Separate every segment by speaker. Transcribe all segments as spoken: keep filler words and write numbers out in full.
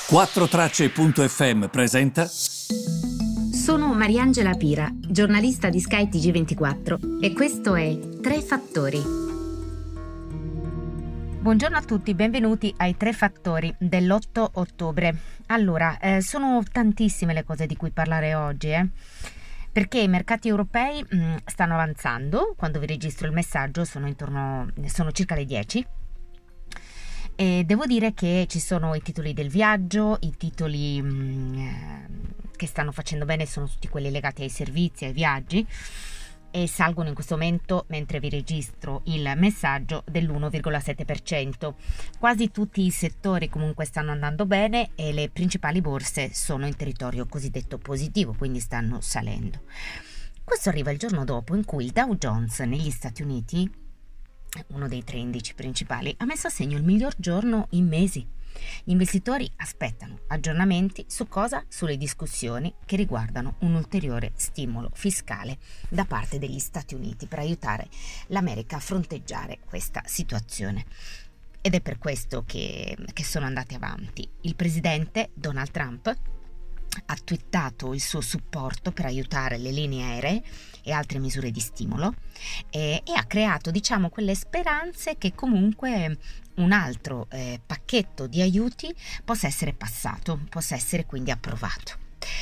Speaker 1: quattro tracce punto effe emme presenta.
Speaker 2: Sono Mariangela Pira, giornalista di Sky T G ventiquattro e questo è Tre Fattori.
Speaker 3: Buongiorno a tutti, benvenuti ai Tre Fattori dell'otto ottobre. Allora, eh, sono tantissime le cose di cui parlare oggi, eh? Perché i mercati europei mh, stanno avanzando. Quando vi registro il messaggio sono intorno, sono circa le dieci. E devo dire che ci sono i titoli del viaggio, i titoli mh, che stanno facendo bene sono tutti quelli legati ai servizi, ai viaggi, e salgono in questo momento, mentre vi registro il messaggio, dell'uno virgola sette per cento. Quasi tutti i settori comunque stanno andando bene e le principali borse sono in territorio cosiddetto positivo, quindi stanno salendo. Questo arriva il giorno dopo in cui il Dow Jones negli Stati Uniti, uno dei tre indici principali, ha messo a segno il miglior giorno in mesi. Gli investitori aspettano aggiornamenti su cosa? Sulle discussioni che riguardano un ulteriore stimolo fiscale da parte degli Stati Uniti per aiutare l'America a fronteggiare questa situazione. Ed è per questo che, che sono andati avanti. Il presidente Donald Trump ha twittato il suo supporto per aiutare le linee aeree e altre misure di stimolo e, e ha creato, diciamo, quelle speranze che comunque un altro eh, pacchetto di aiuti possa essere passato, possa essere quindi approvato.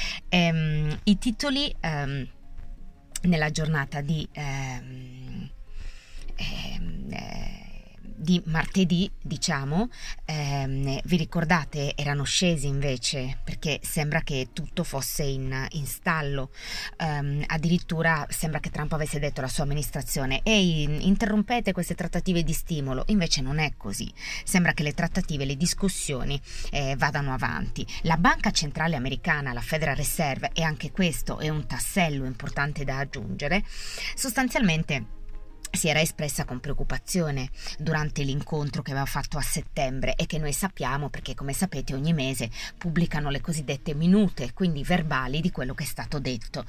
Speaker 3: Ehm, I titoli ehm, nella giornata di ehm, ehm, eh, di martedì, diciamo, ehm, vi ricordate, erano scesi invece perché sembra che tutto fosse in, in stallo. Um, addirittura sembra che Trump avesse detto alla sua amministrazione: ehi, interrompete queste trattative di stimolo. Invece non è così, sembra che le trattative, le discussioni eh, vadano avanti. La banca centrale americana, la Federal Reserve, e anche questo è un tassello importante da aggiungere, sostanzialmente si era espressa con preoccupazione durante l'incontro che aveva fatto a settembre e che noi sappiamo perché, come sapete, ogni mese pubblicano le cosiddette minute, quindi verbali di quello che è stato detto.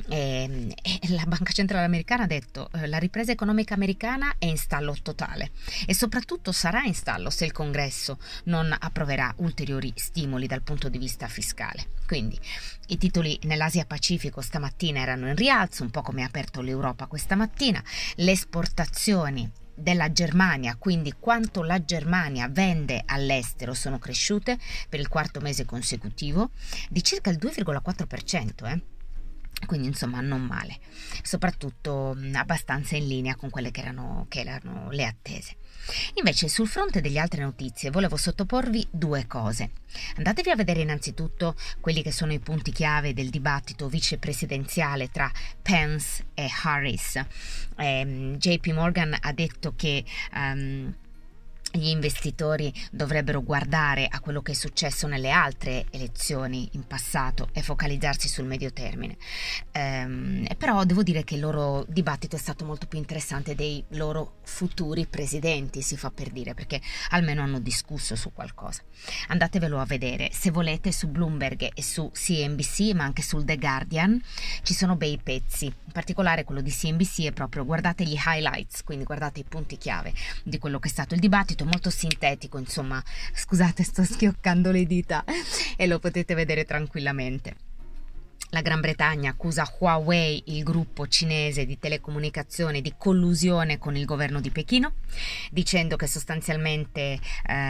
Speaker 3: E, e la Banca Centrale Americana ha detto eh, la ripresa economica americana è in stallo totale e soprattutto sarà in stallo se il Congresso non approverà ulteriori stimoli dal punto di vista fiscale. Quindi i titoli nell'Asia Pacifico stamattina erano in rialzo, un po' come ha aperto l'Europa questa mattina. Le esportazioni della Germania, quindi quanto la Germania vende all'estero, sono cresciute per il quarto mese consecutivo di circa il due virgola quattro per cento, eh? Quindi insomma non male, soprattutto abbastanza in linea con quelle che erano, che erano le attese. Invece sul fronte delle altre notizie volevo sottoporvi due cose. Andatevi a vedere innanzitutto quelli che sono i punti chiave del dibattito vicepresidenziale tra Pence e Harris. Eh, J P Morgan ha detto che um, gli investitori dovrebbero guardare a quello che è successo nelle altre elezioni in passato e focalizzarsi sul medio termine. Ehm, però devo dire che il loro dibattito è stato molto più interessante dei loro futuri presidenti, si fa per dire, perché almeno hanno discusso su qualcosa. Andatevelo a vedere, se volete, su Bloomberg e su C N B C, ma anche sul The Guardian ci sono bei pezzi. In particolare quello di C N B C è proprio, guardate gli highlights, quindi guardate i punti chiave di quello che è stato il dibattito, molto sintetico, insomma, scusate, sto schioccando le dita e lo potete vedere tranquillamente. La Gran Bretagna accusa Huawei, il gruppo cinese di telecomunicazioni, di collusione con il governo di Pechino, dicendo che sostanzialmente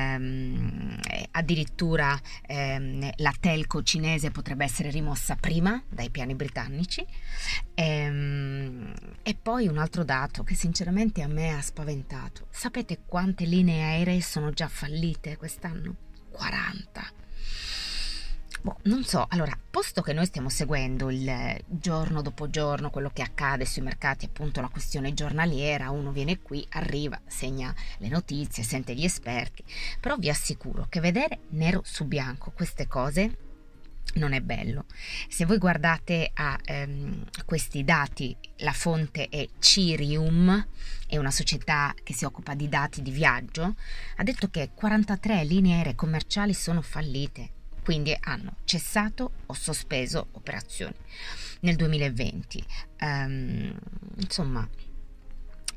Speaker 3: ehm, addirittura ehm, la telco cinese potrebbe essere rimossa prima dai piani britannici. Ehm, e poi un altro dato che sinceramente a me ha spaventato. Sapete quante linee aeree sono già fallite quest'anno? quaranta. Boh, non so, allora, posto che noi stiamo seguendo il giorno dopo giorno quello che accade sui mercati, appunto la questione giornaliera, uno viene qui, arriva, segna le notizie, sente gli esperti, però vi assicuro che vedere nero su bianco queste cose non è bello. Se voi guardate a ehm, questi dati, la fonte è Cirium, è una società che si occupa di dati di viaggio, ha detto che quarantatré linee aeree commerciali sono fallite, quindi hanno cessato o sospeso operazioni nel duemilaventi. Um, insomma,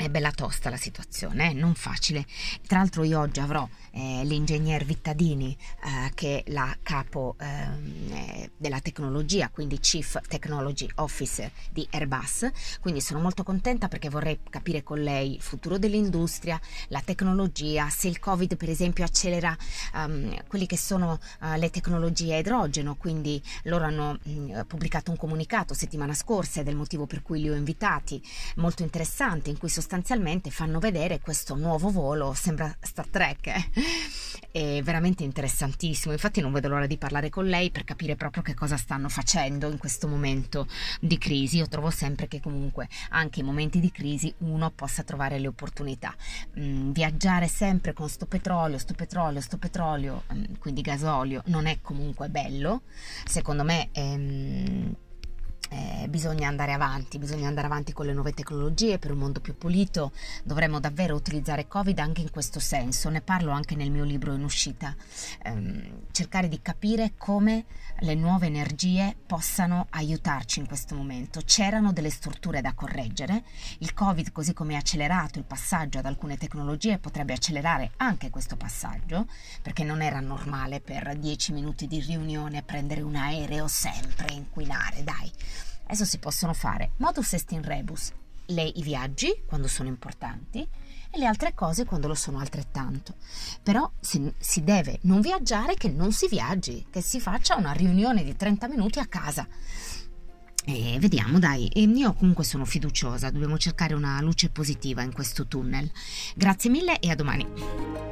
Speaker 3: È bella tosta la situazione, eh? Non facile. Tra l'altro io oggi avrò eh, l'ingegner Vittadini, eh, che è la capo eh, della tecnologia, quindi Chief Technology Officer di Airbus, quindi sono molto contenta perché vorrei capire con lei il futuro dell'industria, la tecnologia, se il Covid per esempio accelera um, quelli che sono uh, le tecnologie a idrogeno, quindi loro hanno mh, pubblicato un comunicato settimana scorsa ed è il motivo per cui li ho invitati, molto interessante, in cui sostanzialmente sostanzialmente fanno vedere questo nuovo volo, sembra Star Trek, eh? È veramente interessantissimo, infatti non vedo l'ora di parlare con lei per capire proprio che cosa stanno facendo in questo momento di crisi. Io trovo sempre che comunque anche in momenti di crisi uno possa trovare le opportunità. Mm, viaggiare sempre con sto petrolio, sto petrolio, sto petrolio, mm, quindi gasolio, non è comunque bello, secondo me. Ehm, Eh, bisogna andare avanti, bisogna andare avanti con le nuove tecnologie per un mondo più pulito. Dovremmo davvero utilizzare Covid anche in questo senso, ne parlo anche nel mio libro in uscita, ehm, cercare di capire come le nuove energie possano aiutarci in questo momento. C'erano delle strutture da correggere, il Covid così come ha accelerato il passaggio ad alcune tecnologie potrebbe accelerare anche questo passaggio, perché non era normale per dieci minuti di riunione prendere un aereo sempre e inquinare, dai. Adesso si possono fare modus est in rebus, le, i viaggi quando sono importanti e le altre cose quando lo sono altrettanto. Però si, si deve non viaggiare che non si viaggi, che si faccia una riunione di trenta minuti a casa. E vediamo, dai, e io comunque sono fiduciosa, dobbiamo cercare una luce positiva in questo tunnel. Grazie mille e a domani.